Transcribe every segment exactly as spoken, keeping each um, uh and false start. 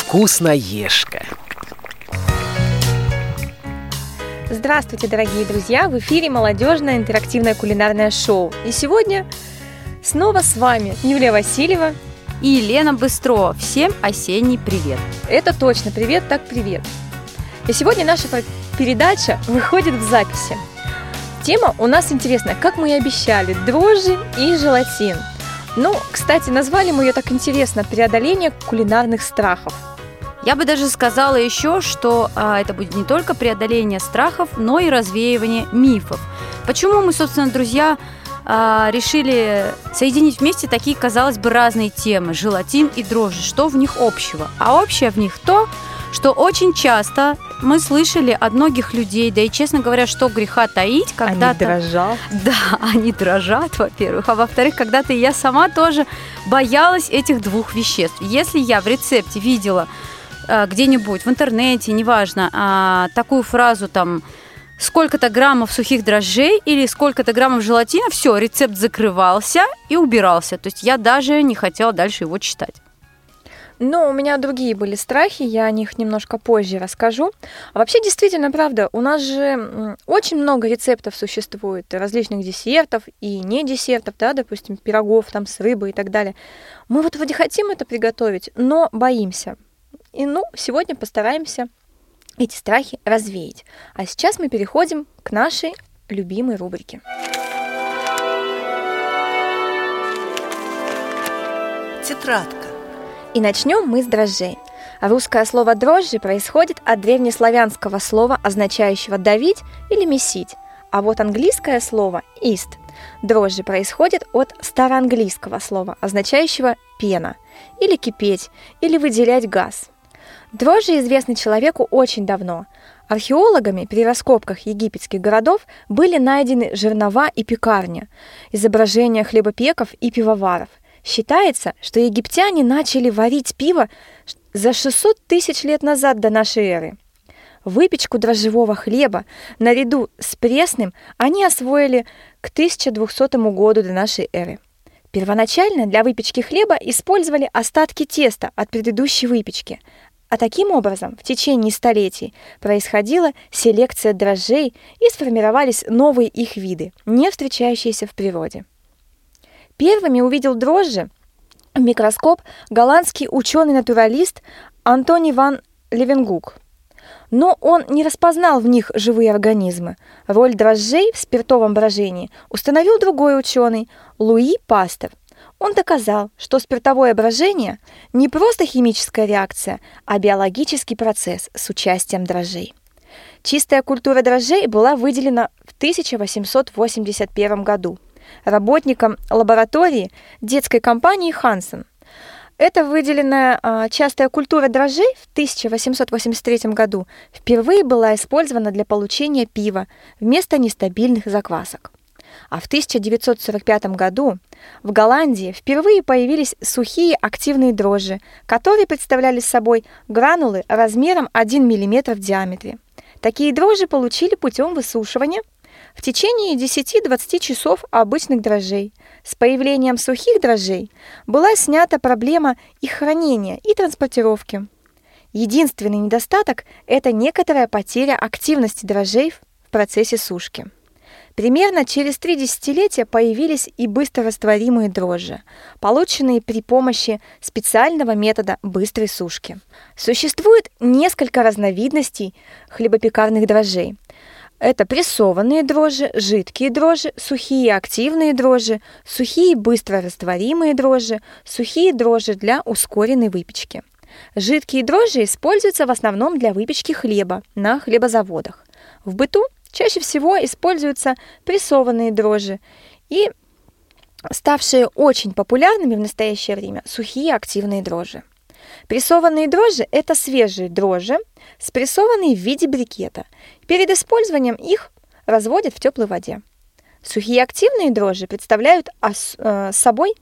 Вкусноежка. Здравствуйте, дорогие друзья! В эфире молодежное интерактивное кулинарное шоу. И сегодня снова с вами Юлия Васильева и Елена Быстрова. Всем осенний привет! Это точно, привет так привет! И сегодня наша передача выходит в записи. Тема у нас интересная, как мы и обещали, дрожжи и желатин. Ну, кстати, назвали мы ее так интересно: преодоление кулинарных страхов. Я бы даже сказала еще, что а, это будет не только преодоление страхов, но и развеивание мифов. Почему мы, собственно, друзья, а, решили соединить вместе такие, казалось бы, разные темы – желатин и дрожжи? Что в них общего? А общее в них то, что очень часто мы слышали от многих людей, да и, честно говоря, что греха таить, когда-то... Они дрожат. Да, они дрожат, во-первых, а во-вторых, когда-то я сама тоже боялась этих двух веществ. Если я в рецепте видела где-нибудь в интернете, неважно, такую фразу там сколько-то граммов сухих дрожжей или сколько-то граммов желатина, все, рецепт закрывался и убирался. То есть я даже не хотела дальше его читать. Но у меня другие были страхи, я о них немножко позже расскажу. А вообще, действительно, правда, у нас же очень много рецептов существует, различных десертов и не десертов, да, допустим, пирогов там с рыбой и так далее. Мы вот вроде хотим это приготовить, но боимся. И, ну, сегодня постараемся эти страхи развеять. А сейчас мы переходим к нашей любимой рубрике. Тетрадка. И начнем мы с дрожжей. Русское слово «дрожжи» происходит от древнеславянского слова, означающего «давить» или «месить». А вот английское слово «yeast» дрожжи происходит от староанглийского слова, означающего «пена» или «кипеть» или «выделять газ». Дрожжи известны человеку очень давно. Археологами при раскопках египетских городов были найдены жернова и пекарня, изображения хлебопеков и пивоваров. Считается, что египтяне начали варить пиво за шестьсот тысяч лет назад до нашей эры. Выпечку дрожжевого хлеба наряду с пресным они освоили к тысяча двухсотому году до нашей эры. Первоначально для выпечки хлеба использовали остатки теста от предыдущей выпечки, а таким образом в течение столетий происходила селекция дрожжей и сформировались новые их виды, не встречающиеся в природе. Первыми увидел дрожжи в микроскоп голландский ученый-натуралист Антони ван Левенгук. Но он не распознал в них живые организмы. Роль дрожжей в спиртовом брожении установил другой ученый Луи Пастер. Он доказал, что спиртовое брожение не просто химическая реакция, а биологический процесс с участием дрожжей. Чистая культура дрожжей была выделена в тысяча восемьсот восемьдесят первом году работникам лаборатории детской компании Хансен. Эта выделенная а, частая культура дрожжей в тысяча восемьсот восемьдесят третьем году впервые была использована для получения пива вместо нестабильных заквасок. А в тысяча девятьсот сорок пятом году в Голландии впервые появились сухие активные дрожжи, которые представляли собой гранулы размером один миллиметр в диаметре. Такие дрожжи получили путем высушивания в течение десяти-двадцати часов обычных дрожжей. С появлением сухих дрожжей была снята проблема их хранения и транспортировки. Единственный недостаток – это некоторая потеря активности дрожжей в процессе сушки. Примерно через три десятилетия появились и быстрорастворимые дрожжи, полученные при помощи специального метода быстрой сушки. Существует несколько разновидностей хлебопекарных дрожжей. Это прессованные дрожжи, жидкие дрожжи, сухие активные дрожжи, сухие быстрорастворимые дрожжи, сухие дрожжи для ускоренной выпечки. Жидкие дрожжи используются в основном для выпечки хлеба на хлебозаводах. В быту чаще всего используются прессованные дрожжи и ставшие очень популярными в настоящее время сухие активные дрожжи. Прессованные дрожжи – это свежие дрожжи, спрессованные в виде брикета. Перед использованием их разводят в теплой воде. Сухие активные дрожжи представляют ос- э, собой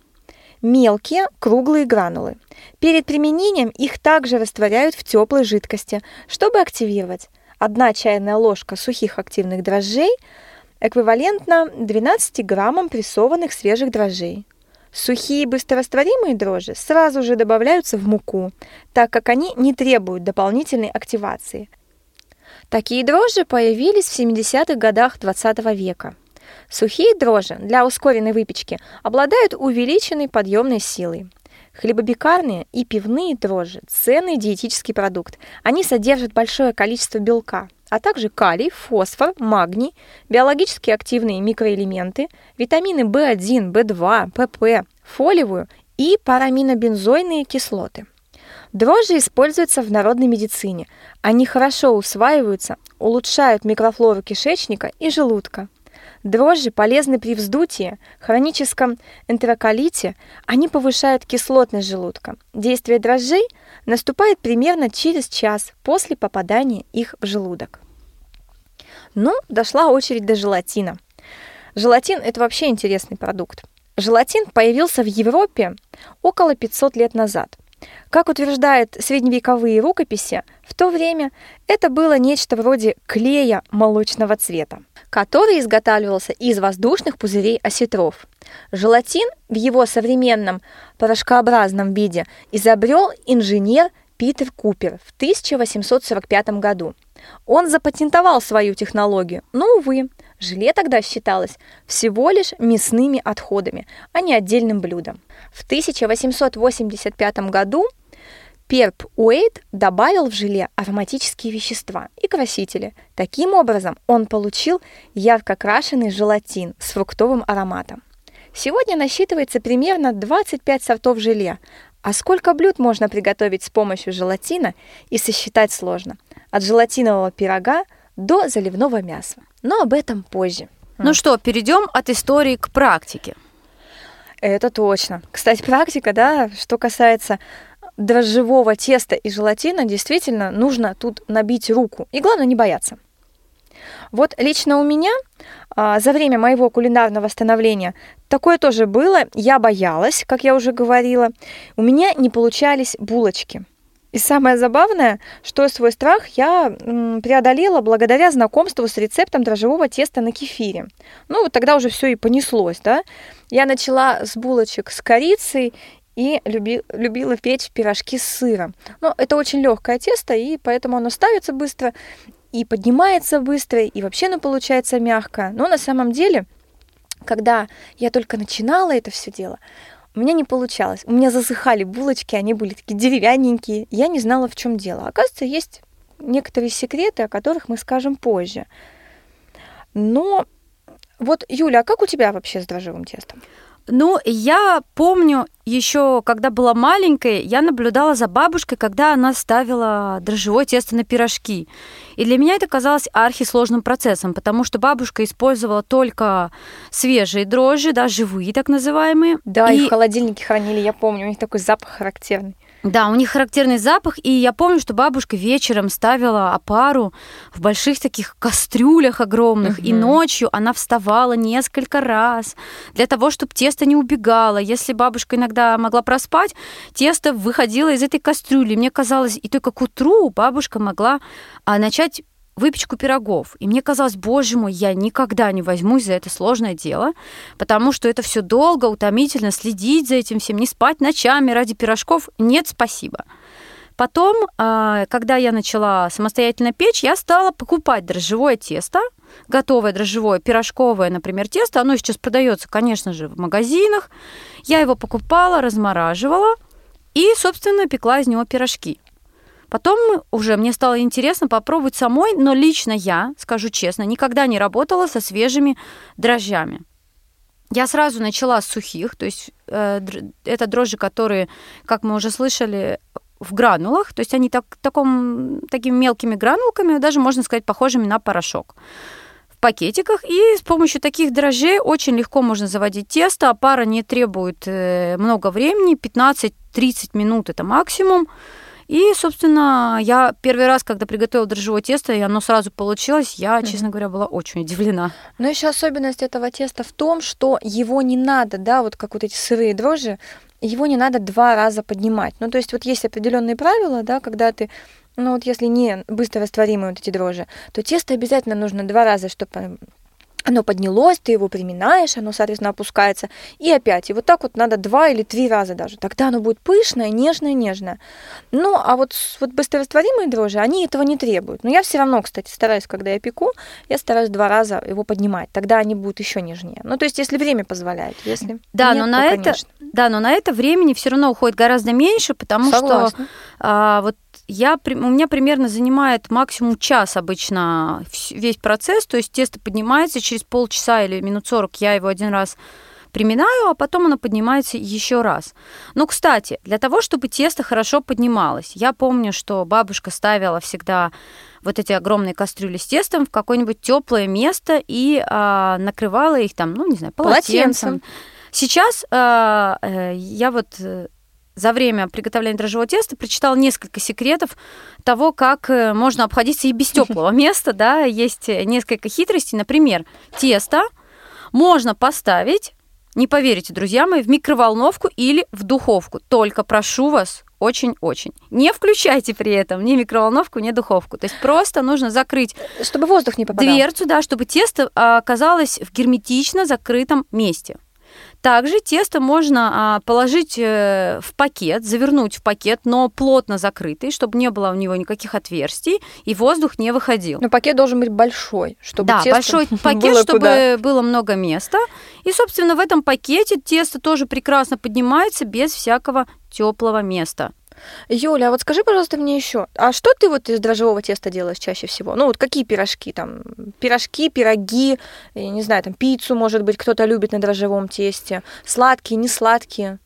мелкие круглые гранулы. Перед применением их также растворяют в теплой жидкости, чтобы активировать. Одна чайная ложка сухих активных дрожжей эквивалентна двенадцати граммам прессованных свежих дрожжей. Сухие быстрорастворимые дрожжи сразу же добавляются в муку, так как они не требуют дополнительной активации. Такие дрожжи появились в семидесятых годах двадцатого века. Сухие дрожжи для ускоренной выпечки обладают увеличенной подъемной силой. Хлебобекарные и пивные дрожжи – ценный диетический продукт. Они содержат большое количество белка, а также калий, фосфор, магний, биологически активные микроэлементы, витамины бэ один, бэ два, пэ пэ, фолиевую и параминобензойные кислоты. Дрожжи используются в народной медицине. Они хорошо усваиваются, улучшают микрофлору кишечника и желудка. Дрожжи полезны при вздутии, хроническом энтероколите, они повышают кислотность желудка. Действие дрожжей наступает примерно через час после попадания их в желудок. Ну, дошла очередь до желатина. Желатин – это вообще интересный продукт. Желатин появился в Европе около пятьсот лет назад. Как утверждают средневековые рукописи, в то время это было нечто вроде клея молочного цвета, который изготавливался из воздушных пузырей осетров. Желатин в его современном порошкообразном виде изобрел инженер Питер Купер в тысяча восемьсот сорок пятом году. Он запатентовал свою технологию, но, увы, желе тогда считалось всего лишь мясными отходами, а не отдельным блюдом. В тысяча восемьсот восемьдесят пятом году Перп Уэйт добавил в желе ароматические вещества и красители. Таким образом, он получил ярко крашеный желатин с фруктовым ароматом. Сегодня насчитывается примерно двадцать пять сортов желе, а сколько блюд можно приготовить с помощью желатина и сосчитать сложно. От желатинового пирога до заливного мяса. Но об этом позже. Ну что, перейдем от истории к практике. Это точно. Кстати, практика, да, что касается дрожжевого теста и желатина, действительно нужно тут набить руку. И главное, не бояться. Вот лично у меня а, за время моего кулинарного становления такое тоже было. Я боялась, как я уже говорила. У меня не получались булочки. И самое забавное, что свой страх я м, преодолела благодаря знакомству с рецептом дрожжевого теста на кефире. Ну, вот тогда уже все и понеслось, да. Я начала с булочек с корицей и люби, любила печь пирожки с сыром. Но это очень легкое тесто, и поэтому оно ставится быстро, и поднимается быстро, и вообще оно получается мягко. Но на самом деле, когда я только начинала это все дело, у меня не получалось. У меня засыхали булочки, они были такие деревянненькие. Я не знала, в чем дело. Оказывается, есть некоторые секреты, о которых мы скажем позже. Но вот, Юля, а как у тебя вообще с дрожжевым тестом? Ну, я помню еще, когда была маленькой, я наблюдала за бабушкой, когда она ставила дрожжевое тесто на пирожки. И для меня это казалось архисложным процессом, потому что бабушка использовала только свежие дрожжи, да, живые так называемые. Да, и их в холодильнике хранили, я помню, у них такой запах характерный. Да, у них характерный запах, и я помню, что бабушка вечером ставила опару в больших таких кастрюлях огромных, угу. И ночью она вставала несколько раз для того, чтобы тесто не убегало. Если бабушка иногда могла проспать, тесто выходило из этой кастрюли. Мне казалось, и только к утру бабушка могла а, начать выпечку пирогов. И мне казалось, боже мой, я никогда не возьмусь за это сложное дело, потому что это все долго, утомительно, следить за этим всем, не спать ночами ради пирожков. Нет, спасибо. Потом, когда я начала самостоятельно печь, я стала покупать дрожжевое тесто, готовое дрожжевое, пирожковое, например, тесто. Оно сейчас продается, конечно же, в магазинах. Я его покупала, размораживала и, собственно, пекла из него пирожки. Потом уже мне стало интересно попробовать самой, но лично я, скажу честно, никогда не работала со свежими дрожжами. Я сразу начала с сухих, то есть э, это дрожжи, которые, как мы уже слышали, в гранулах, то есть они так, таком, такими мелкими гранулками, даже, можно сказать, похожими на порошок в пакетиках. И с помощью таких дрожжей очень легко можно заводить тесто. Опара не требует э, много времени, пятнадцать-тридцать минут это максимум. И, собственно, я первый раз, когда приготовила дрожжевое тесто, и оно сразу получилось, я, честно говоря, была очень удивлена. Но еще особенность этого теста в том, что его не надо, да, вот как вот эти сырые дрожжи, его не надо два раза поднимать. Ну, то есть вот есть определенные правила, да, когда ты, ну, вот если не быстро растворимые вот эти дрожжи, то тесто обязательно нужно два раза, чтобы оно поднялось, ты его приминаешь, оно, соответственно, опускается, и опять. И вот так вот надо два или три раза даже. Тогда оно будет пышное, нежное, нежное. Ну, а вот, вот быстрорастворимые дрожжи, они этого не требуют. Но я все равно, кстати, стараюсь, когда я пеку, я стараюсь два раза его поднимать. Тогда они будут еще нежнее. Ну, то есть, если время позволяет. Если да, нет, но на то, это, конечно. да, но на это времени все равно уходит гораздо меньше, потому Согласна. что а, вот я, у меня примерно занимает максимум час обычно весь процесс, то есть тесто поднимается, через полчаса или минут сорок я его один раз приминаю, а потом оно поднимается еще раз. Но, кстати, для того, чтобы тесто хорошо поднималось, я помню, что бабушка ставила всегда вот эти огромные кастрюли с тестом в какое-нибудь теплое место и а, накрывала их там, ну, не знаю, полотенцем. Полотенцем. Сейчас а, а, я вот... за время приготовления дрожжевого теста прочитала несколько секретов того, как можно обходиться и без теплого места. Да? Есть несколько хитростей. Например, тесто можно поставить, не поверите, друзья мои, в микроволновку или в духовку. Только прошу вас, очень-очень. Не включайте при этом ни микроволновку, ни духовку. То есть просто нужно закрыть... Чтобы воздух не попадал. Дверцу, да, чтобы тесто оказалось в герметично закрытом месте. Также тесто можно а, положить э, в пакет, завернуть в пакет, но плотно закрытый, чтобы не было у него никаких отверстий, и воздух не выходил. Но пакет должен быть большой, чтобы да, тесто большой пакет, было чтобы куда. было много места. И, собственно, в этом пакете тесто тоже прекрасно поднимается без всякого теплого места. Юля, а вот скажи, пожалуйста, мне еще, а что ты вот из дрожжевого теста делаешь чаще всего? Ну вот какие пирожки там? Пирожки, пироги, я не знаю, там пиццу, может быть, кто-то любит на дрожжевом тесте. Сладкие, не сладкие?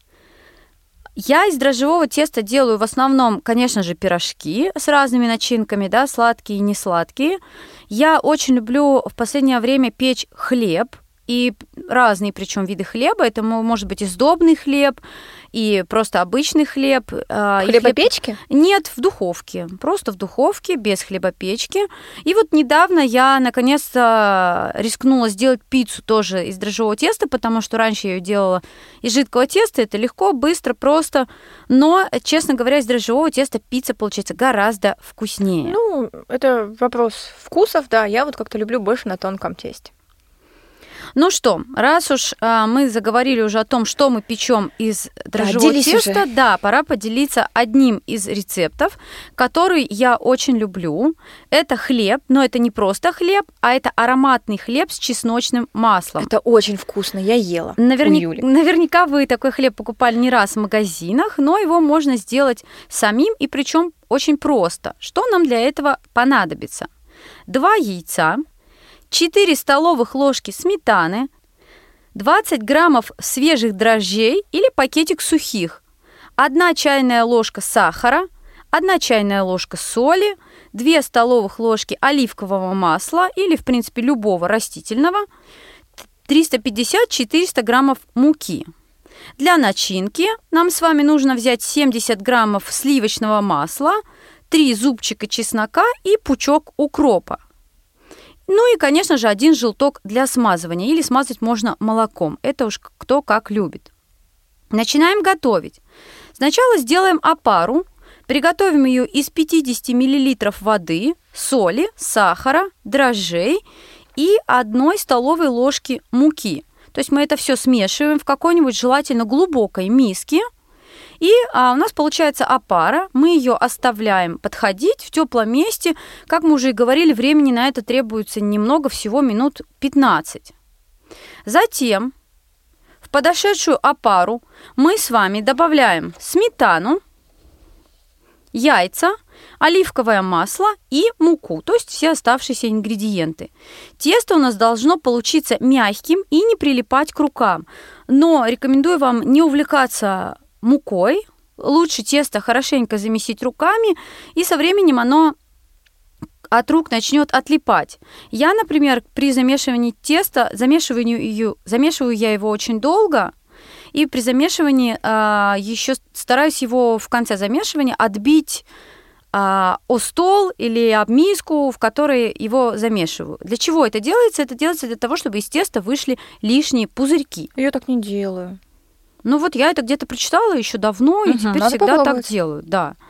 Я из дрожжевого теста делаю в основном, конечно же, пирожки с разными начинками, да, сладкие и несладкие. Я очень люблю в последнее время печь хлеб. И разные, причем виды хлеба. Это может быть и сдобный хлеб, и просто обычный хлеб. В хлебопечке? Хлеб... Нет, в духовке. Просто в духовке, без хлебопечки. И вот недавно я наконец-то рискнула сделать пиццу тоже из дрожжевого теста, потому что раньше я ее делала из жидкого теста. Это легко, быстро, просто. Но, честно говоря, из дрожжевого теста пицца получается гораздо вкуснее. Ну, это вопрос вкусов, да. Я вот как-то люблю больше на тонком тесте. Ну что, раз уж а, мы заговорили уже о том, что мы печем из дрожжевого да, теста, уже. да, пора поделиться одним из рецептов, который я очень люблю. Это хлеб, но это не просто хлеб, а это ароматный хлеб с чесночным маслом. Это очень вкусно, я ела Наверня... у Юли. Наверняка вы такой хлеб покупали не раз в магазинах, но его можно сделать самим, и причем очень просто. Что нам для этого понадобится? Два яйца, четыре столовых ложки сметаны, двадцать граммов свежих дрожжей или пакетик сухих, одна чайная ложка сахара, одна чайная ложка соли, две столовых ложки оливкового масла или, в принципе, любого растительного, триста пятьдесят - четыреста граммов муки. Для начинки нам с вами нужно взять семьдесят граммов сливочного масла, три зубчика чеснока и пучок укропа. Ну и, конечно же, один желток для смазывания. Или смазать можно молоком. Это уж кто как любит. Начинаем готовить. Сначала сделаем опару. Приготовим ее из пятьдесят миллилитров воды, соли, сахара, дрожжей и одной столовой ложки муки. То есть мы это все смешиваем в какой-нибудь желательно глубокой миске. И а, у нас получается опара, мы ее оставляем подходить в теплом месте. Как мы уже и говорили, времени на это требуется немного, всего минут пятнадцать. Затем в подошедшую опару мы с вами добавляем сметану, яйца, оливковое масло и муку, то есть все оставшиеся ингредиенты. Тесто у нас должно получиться мягким и не прилипать к рукам. Но рекомендую вам не увлекаться мукой, лучше тесто хорошенько замесить руками, и со временем оно от рук начнет отлипать. Я, например, при замешивании теста, замешиваю, ее, замешиваю я его очень долго, и при замешивании а, еще стараюсь его в конце замешивания отбить а, о стол или об миску, в которой его замешиваю. Для чего это делается? Это делается для того, чтобы из теста вышли лишние пузырьки. Я так не делаю. Ну вот я это где-то прочитала еще давно, и угу, теперь всегда попробовать. так делаю, да.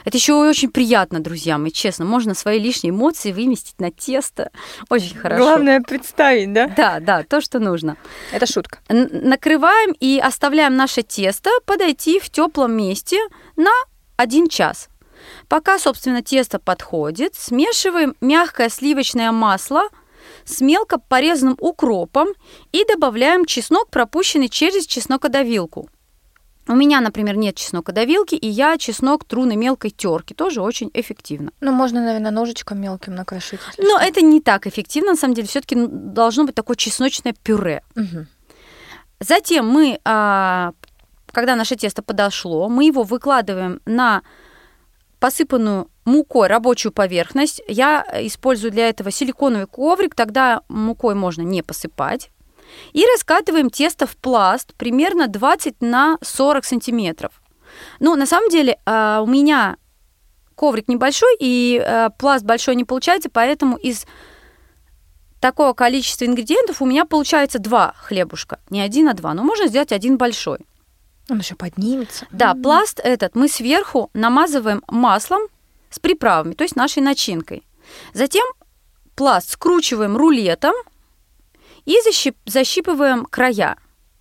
Это еще очень приятно, друзья мои, честно. Можно свои лишние эмоции выместить на тесто. Очень хорошо. Главное представить, да? Да, да, то, что нужно. Это шутка. Н- накрываем и оставляем наше тесто подойти в теплом месте на один час. Пока, собственно, тесто подходит, смешиваем мягкое сливочное масло с мелко порезанным укропом и добавляем чеснок, пропущенный через чеснокодавилку. У меня, например, нет чеснокодавилки, и я чеснок тру на мелкой терке. Тоже очень эффективно. Ну, можно, наверное, ножичком мелким накрошить. Но это не так эффективно, на самом деле. Все-таки должно быть такое чесночное пюре. Угу. Затем мы, когда наше тесто подошло, мы его выкладываем на посыпанную мукой рабочую поверхность. Я использую для этого силиконовый коврик, тогда мукой можно не посыпать. И раскатываем тесто в пласт примерно двадцать на сорок сантиметров. Ну, на самом деле, у меня коврик небольшой, и пласт большой не получается, поэтому из такого количества ингредиентов у меня получается два хлебушка. Не один, а два. Но можно сделать один большой. Он еще поднимется. Да, mm-hmm. пласт этот мы сверху намазываем маслом с приправами, то есть нашей начинкой. Затем пласт скручиваем рулетом и защип, защипываем края.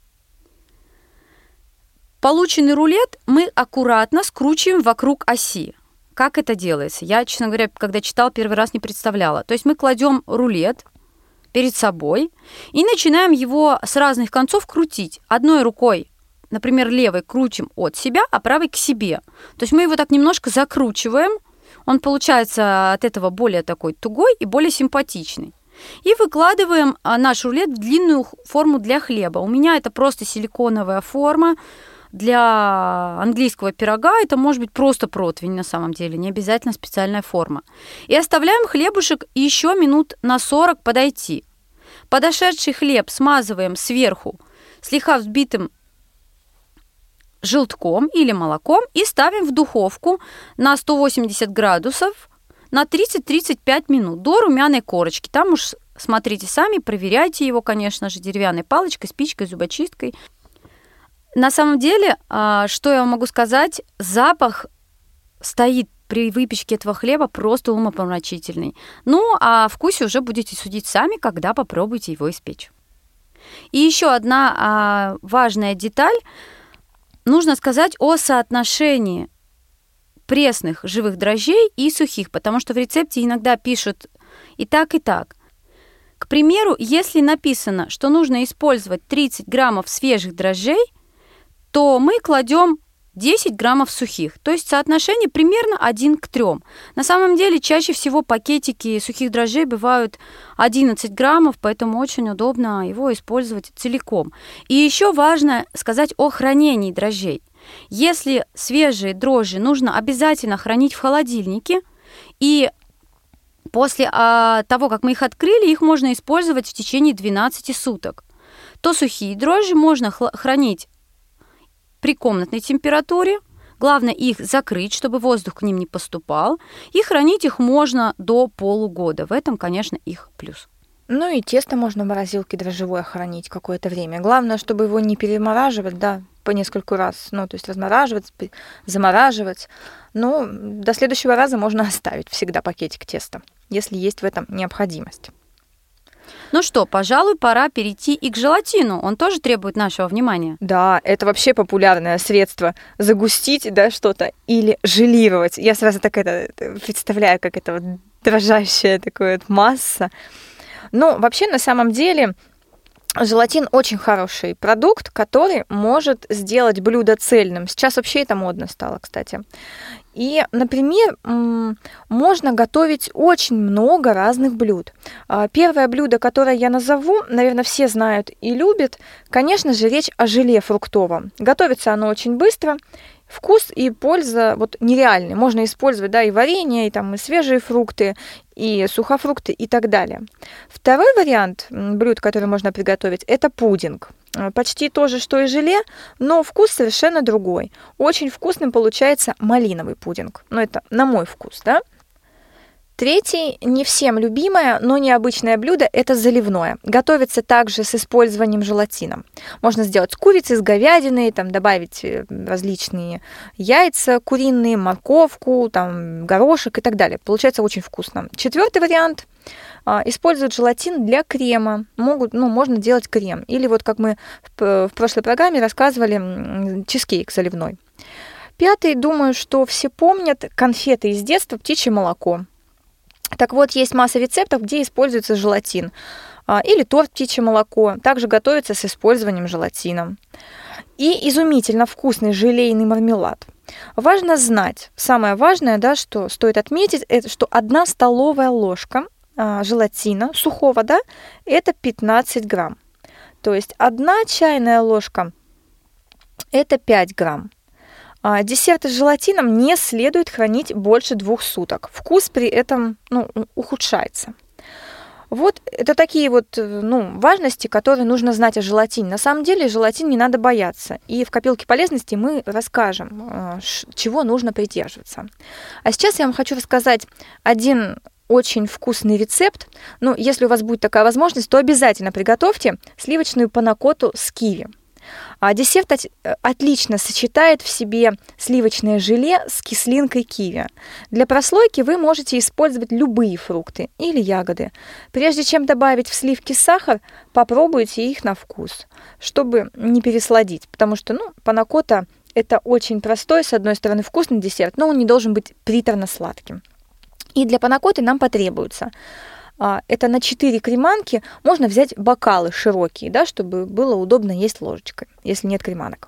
Полученный рулет мы аккуратно скручиваем вокруг оси. Как это делается? Я, честно говоря, когда читала, первый раз не представляла. То есть мы кладем рулет перед собой и начинаем его с разных концов крутить. Одной рукой, например, левой крутим от себя, а правой к себе. То есть мы его так немножко закручиваем. Он получается от этого более такой тугой и более симпатичный. И выкладываем наш рулет в длинную форму для хлеба. У меня это просто силиконовая форма. Для английского пирога это может быть просто противень на самом деле, не обязательно специальная форма. И оставляем хлебушек еще минут на сорок подойти. Подошедший хлеб смазываем сверху слегка взбитым желтком или молоком и ставим в духовку на сто восемьдесят градусов на тридцать-тридцать пять минут до румяной корочки. Там уж смотрите сами, проверяйте его, конечно же, деревянной палочкой, спичкой, зубочисткой. На самом деле, что я вам могу сказать, запах стоит при выпечке этого хлеба просто умопомрачительный. Ну, а о вкусе уже будете судить сами, когда попробуете его испечь. И еще одна важная деталь. Нужно сказать о соотношении пресных живых дрожжей и сухих, потому что в рецепте иногда пишут и так, и так. К примеру, если написано, что нужно использовать тридцать граммов свежих дрожжей, то мы кладем десять граммов сухих. То есть соотношение примерно один к трем. На самом деле чаще всего пакетики сухих дрожжей бывают одиннадцать граммов, поэтому очень удобно его использовать целиком. И еще важно сказать о хранении дрожжей. Если свежие дрожжи нужно обязательно хранить в холодильнике, и после а, того, как мы их открыли, их можно использовать в течение двенадцати суток, то сухие дрожжи можно хранить при комнатной температуре. Главное их закрыть, чтобы воздух к ним не поступал, и хранить их можно до полугода. В этом, конечно, их плюс. Ну и тесто можно в морозилке дрожжевое хранить какое-то время. Главное, чтобы его не перемораживать, да, по нескольку раз. Ну, то есть размораживать, замораживать. Но до следующего раза можно оставить всегда пакетик теста, если есть в этом необходимость. Ну что, пожалуй, пора перейти и к желатину. Он тоже требует нашего внимания. Да, это вообще популярное средство загустить, да, что-то или желировать. Я сразу так это представляю, как это вот дрожащая такая вот масса. Но вообще на самом деле желатин очень хороший продукт, который может сделать блюдо цельным. Сейчас вообще это модно стало, кстати. И, например, можно готовить очень много разных блюд. Первое блюдо, которое я назову, наверное, все знают и любят, конечно же, речь о желе фруктовом. Готовится оно очень быстро. Вкус и польза вот нереальны. Можно использовать, да, и варенье, и, там, и свежие фрукты, и сухофрукты, и так далее. Второй вариант блюд, который можно приготовить, это пудинг. Почти то же, что и желе, но вкус совершенно другой. Очень вкусным получается малиновый пудинг. Ну, это на мой вкус, да. Третий, не всем любимое, но необычное блюдо – это заливное. Готовится также с использованием желатина. Можно сделать с курицей, с говядиной, там, добавить различные яйца куриные, морковку, там, горошек и так далее. Получается очень вкусно. Четвертый вариант – используют желатин для крема. Могут, ну, можно делать крем. Или вот как мы в прошлой программе рассказывали, чизкейк заливной. Пятый, думаю, что все помнят конфеты из детства, птичье молоко. Так вот, есть масса рецептов, где используется желатин. Или торт птичье молоко. Также готовится с использованием желатина. И изумительно вкусный желейный мармелад. Важно знать, самое важное, да, что стоит отметить, это что одна столовая ложка желатина сухого, да, это пятнадцать грамм. То есть одна чайная ложка это пять грамм. А десерты с желатином не следует хранить больше двух суток. Вкус при этом, ну, ухудшается. Вот это такие вот, ну, важности, которые нужно знать о желатине. На самом деле желатин не надо бояться. И в копилке полезностей мы расскажем, чего нужно придерживаться. А сейчас я вам хочу рассказать один очень вкусный рецепт. Ну, если у вас будет такая возможность, то обязательно приготовьте сливочную панакоту с киви. А десерт отлично сочетает в себе сливочное желе с кислинкой киви. Для прослойки вы можете использовать любые фрукты или ягоды. Прежде чем добавить в сливки сахар, попробуйте их на вкус, чтобы не пересладить, потому что, ну, панакота – это очень простой, с одной стороны, вкусный десерт, но он не должен быть приторно-сладким. И для панакоты нам потребуется, это на четыре креманки, можно взять бокалы широкие, да, чтобы было удобно есть ложечкой, если нет креманок.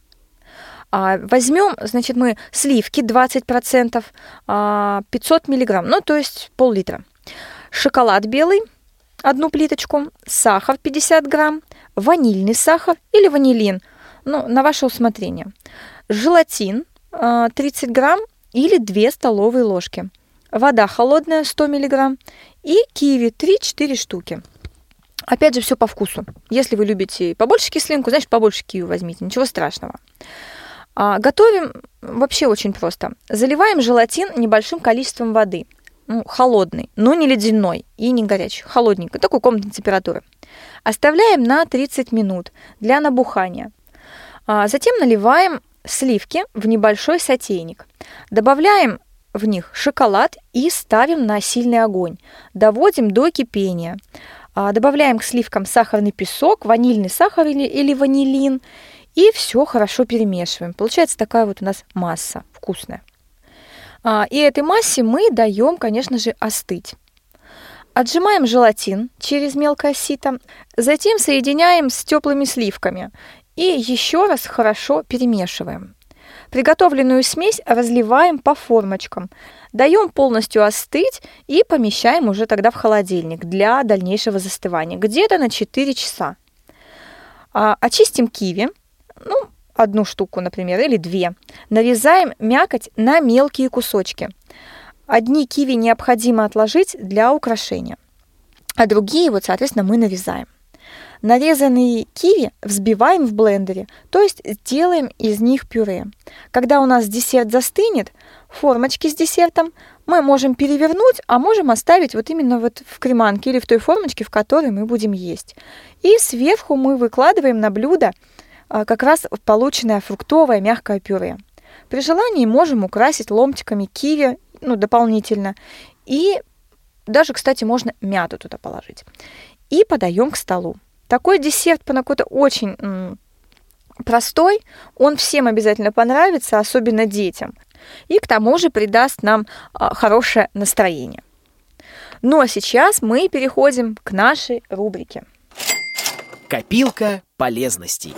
Возьмем, значит, мы сливки двадцать процентов, пятьсот миллиграмм, ну, то есть пол-литра. Шоколад белый, одну плиточку, сахар пятьдесят грамм, ванильный сахар или ванилин, ну, на ваше усмотрение. Желатин тридцать грамм или две столовые ложки. Вода холодная сто миллиграмм и киви три-четыре штуки. Опять же, все по вкусу. Если вы любите побольше кислинку, значит, побольше киви возьмите, ничего страшного. А, готовим вообще очень просто. Заливаем желатин небольшим количеством воды. Ну, холодный, но не ледяной и не горячий, холодненький, такой комнатной температуры. Оставляем на тридцать минут для набухания. А, затем наливаем сливки в небольшой сотейник. Добавляем в них шоколад и ставим на сильный огонь. Доводим до кипения. Добавляем к сливкам сахарный песок, ванильный сахар или, или ванилин. И все хорошо перемешиваем. Получается такая вот у нас масса вкусная. И этой массе мы даем, конечно же, остыть. Отжимаем желатин через мелкое сито. Затем соединяем с теплыми сливками. И еще раз хорошо перемешиваем. Приготовленную смесь разливаем по формочкам, даем полностью остыть и помещаем уже тогда в холодильник для дальнейшего застывания, где-то на четыре часа. А, очистим киви, ну, одну штуку, например, или две. Нарезаем мякоть на мелкие кусочки. Одни киви необходимо отложить для украшения, а другие, вот, соответственно, мы нарезаем. Нарезанные киви взбиваем в блендере, то есть делаем из них пюре. Когда у нас десерт застынет, формочки с десертом мы можем перевернуть, а можем оставить вот именно вот в креманке или в той формочке, в которой мы будем есть. И сверху мы выкладываем на блюдо как раз полученное фруктовое мягкое пюре. При желании можем украсить ломтиками киви, ну, дополнительно. И даже, кстати, можно мяту туда положить. И подаем к столу. Такой десерт панакота очень м, простой, он всем обязательно понравится, особенно детям. И к тому же придаст нам а, хорошее настроение. Ну а сейчас мы переходим к нашей рубрике. Копилка полезностей.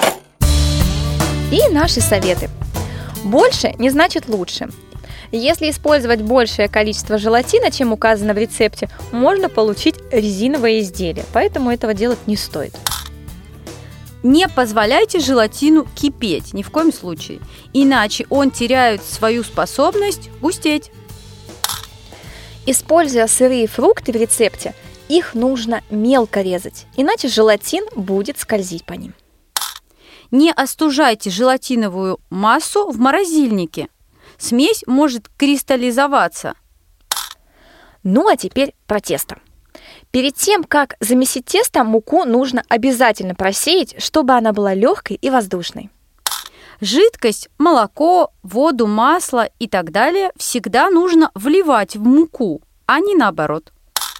И наши советы. Больше не значит лучше. Если использовать большее количество желатина, чем указано в рецепте, можно получить резиновое изделие, поэтому этого делать не стоит. Не позволяйте желатину кипеть, ни в коем случае, иначе он теряет свою способность густеть. Используя сырые фрукты в рецепте, их нужно мелко резать, иначе желатин будет скользить по ним. Не остужайте желатиновую массу в морозильнике. Смесь может кристаллизоваться. Ну а теперь про тесто. Перед тем, как замесить тесто, муку нужно обязательно просеять, чтобы она была легкой и воздушной. Жидкость, молоко, воду, масло и так далее всегда нужно вливать в муку, а не наоборот.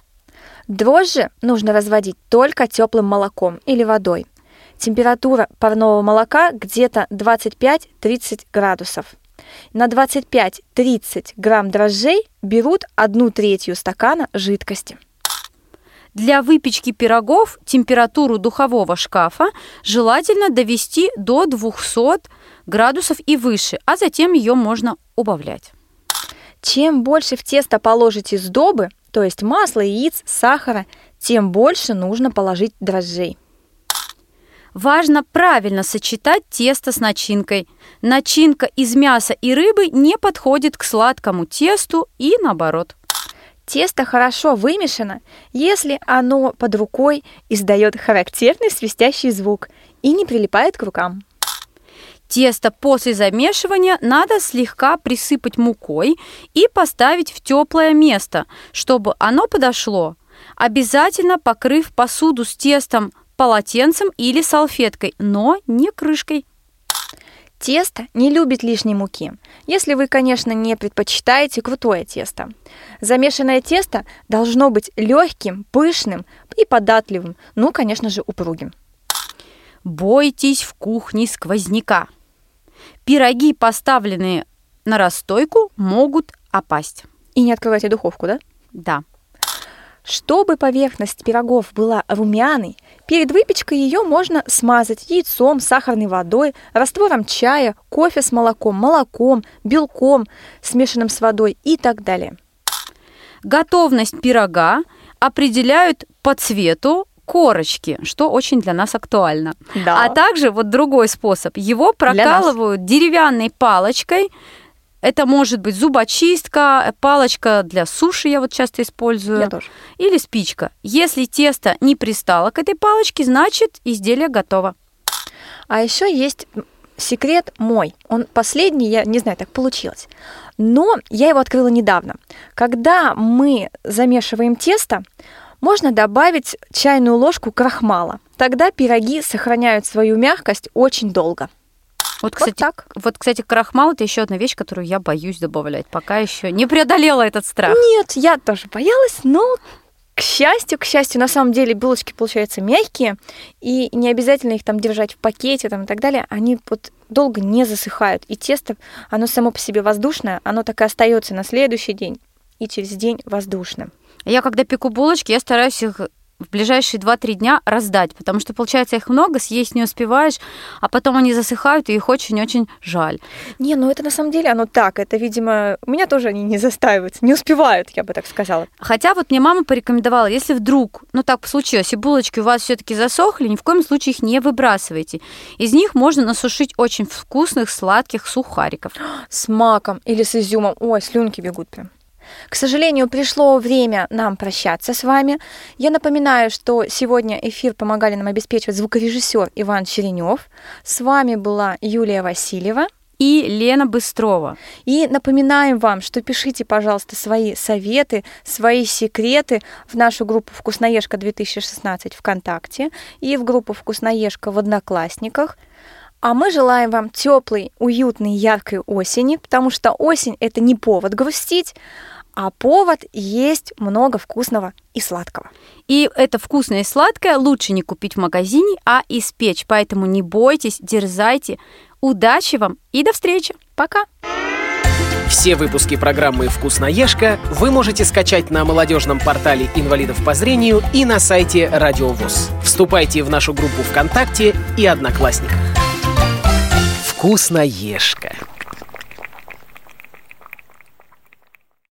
Дрожжи нужно разводить только теплым молоком или водой. Температура парного молока где-то двадцать пять-тридцать градусов. На двадцать пять-тридцать грамм дрожжей берут одну третью стакана жидкости. Для выпечки пирогов температуру духового шкафа желательно довести до двухсот градусов и выше, а затем ее можно убавлять. Чем больше в тесто положите сдобы, то есть масла, яиц, сахара, тем больше нужно положить дрожжей. Важно правильно сочетать тесто с начинкой. Начинка из мяса и рыбы не подходит к сладкому тесту и наоборот. Тесто хорошо вымешано, если оно под рукой издает характерный свистящий звук и не прилипает к рукам. Тесто после замешивания надо слегка присыпать мукой и поставить в теплое место, чтобы оно подошло, обязательно покрыв посуду с тестом полотенцем или салфеткой, но не крышкой. Тесто не любит лишней муки, если вы, конечно, не предпочитаете крутое тесто. Замешанное тесто должно быть легким, пышным и податливым, ну, конечно же, упругим. Бойтесь в кухне сквозняка. Пироги, поставленные на расстойку, могут опасть. И не открывайте духовку, да? Да. Чтобы поверхность пирогов была румяной, перед выпечкой ее можно смазать яйцом, сахарной водой, раствором чая, кофе с молоком, молоком, белком, смешанным с водой и так далее. Готовность пирога определяют по цвету корочки, что очень для нас актуально. Да. А также вот другой способ. Его прокалывают деревянной палочкой. Это может быть зубочистка, палочка для суши, я вот часто использую. Я тоже. Или спичка. Если тесто не пристало к этой палочке, значит изделие готово. А еще есть секрет мой. Он последний, я не знаю, так получилось. Но я его открыла недавно. Когда мы замешиваем тесто, можно добавить чайную ложку крахмала. Тогда пироги сохраняют свою мягкость очень долго. Вот, кстати, вот, так. вот, кстати, крахмал – это еще одна вещь, которую я боюсь добавлять. Пока еще не преодолела этот страх. Нет, я тоже боялась, но, к счастью, к счастью, на самом деле булочки получаются мягкие, и не обязательно их там держать в пакете там, и так далее. Они вот долго не засыхают. И тесто, оно само по себе воздушное, оно так и остается на следующий день и через день воздушным. Я, когда пеку булочки, я стараюсь их в ближайшие два-три дня раздать, потому что, получается, их много, съесть не успеваешь, а потом они засыхают, и их очень-очень жаль. Не, ну это на самом деле оно так, это, видимо, меня тоже они не застаивают, не успевают, я бы так сказала. Хотя вот мне мама порекомендовала, если вдруг, ну так случилось, и булочки у вас все-таки засохли, ни в коем случае их не выбрасывайте. Из них можно насушить очень вкусных, сладких сухариков. С маком или с изюмом, ой, слюнки бегут прям. К сожалению, пришло время нам прощаться с вами. Я напоминаю, что сегодня эфир помогали нам обеспечивать звукорежиссер Иван Черенев. С вами была Юлия Васильева и Лена Быстрова. И напоминаем вам, что пишите, пожалуйста, свои советы, свои секреты в нашу группу «Вкусноежка две тысячи шестнадцать» ВКонтакте и в группу «Вкусноежка» в Одноклассниках. А мы желаем вам теплой, уютной, яркой осени, потому что осень – это не повод грустить, а повод есть много вкусного и сладкого. И это вкусное и сладкое лучше не купить в магазине, а испечь. Поэтому не бойтесь, дерзайте. Удачи вам и до встречи. Пока. Все выпуски программы «Вкусноежка» вы можете скачать на молодежном портале инвалидов по зрению и на сайте Радио ВОС. Вступайте в нашу группу ВКонтакте и Одноклассниках. «Вкусноежка».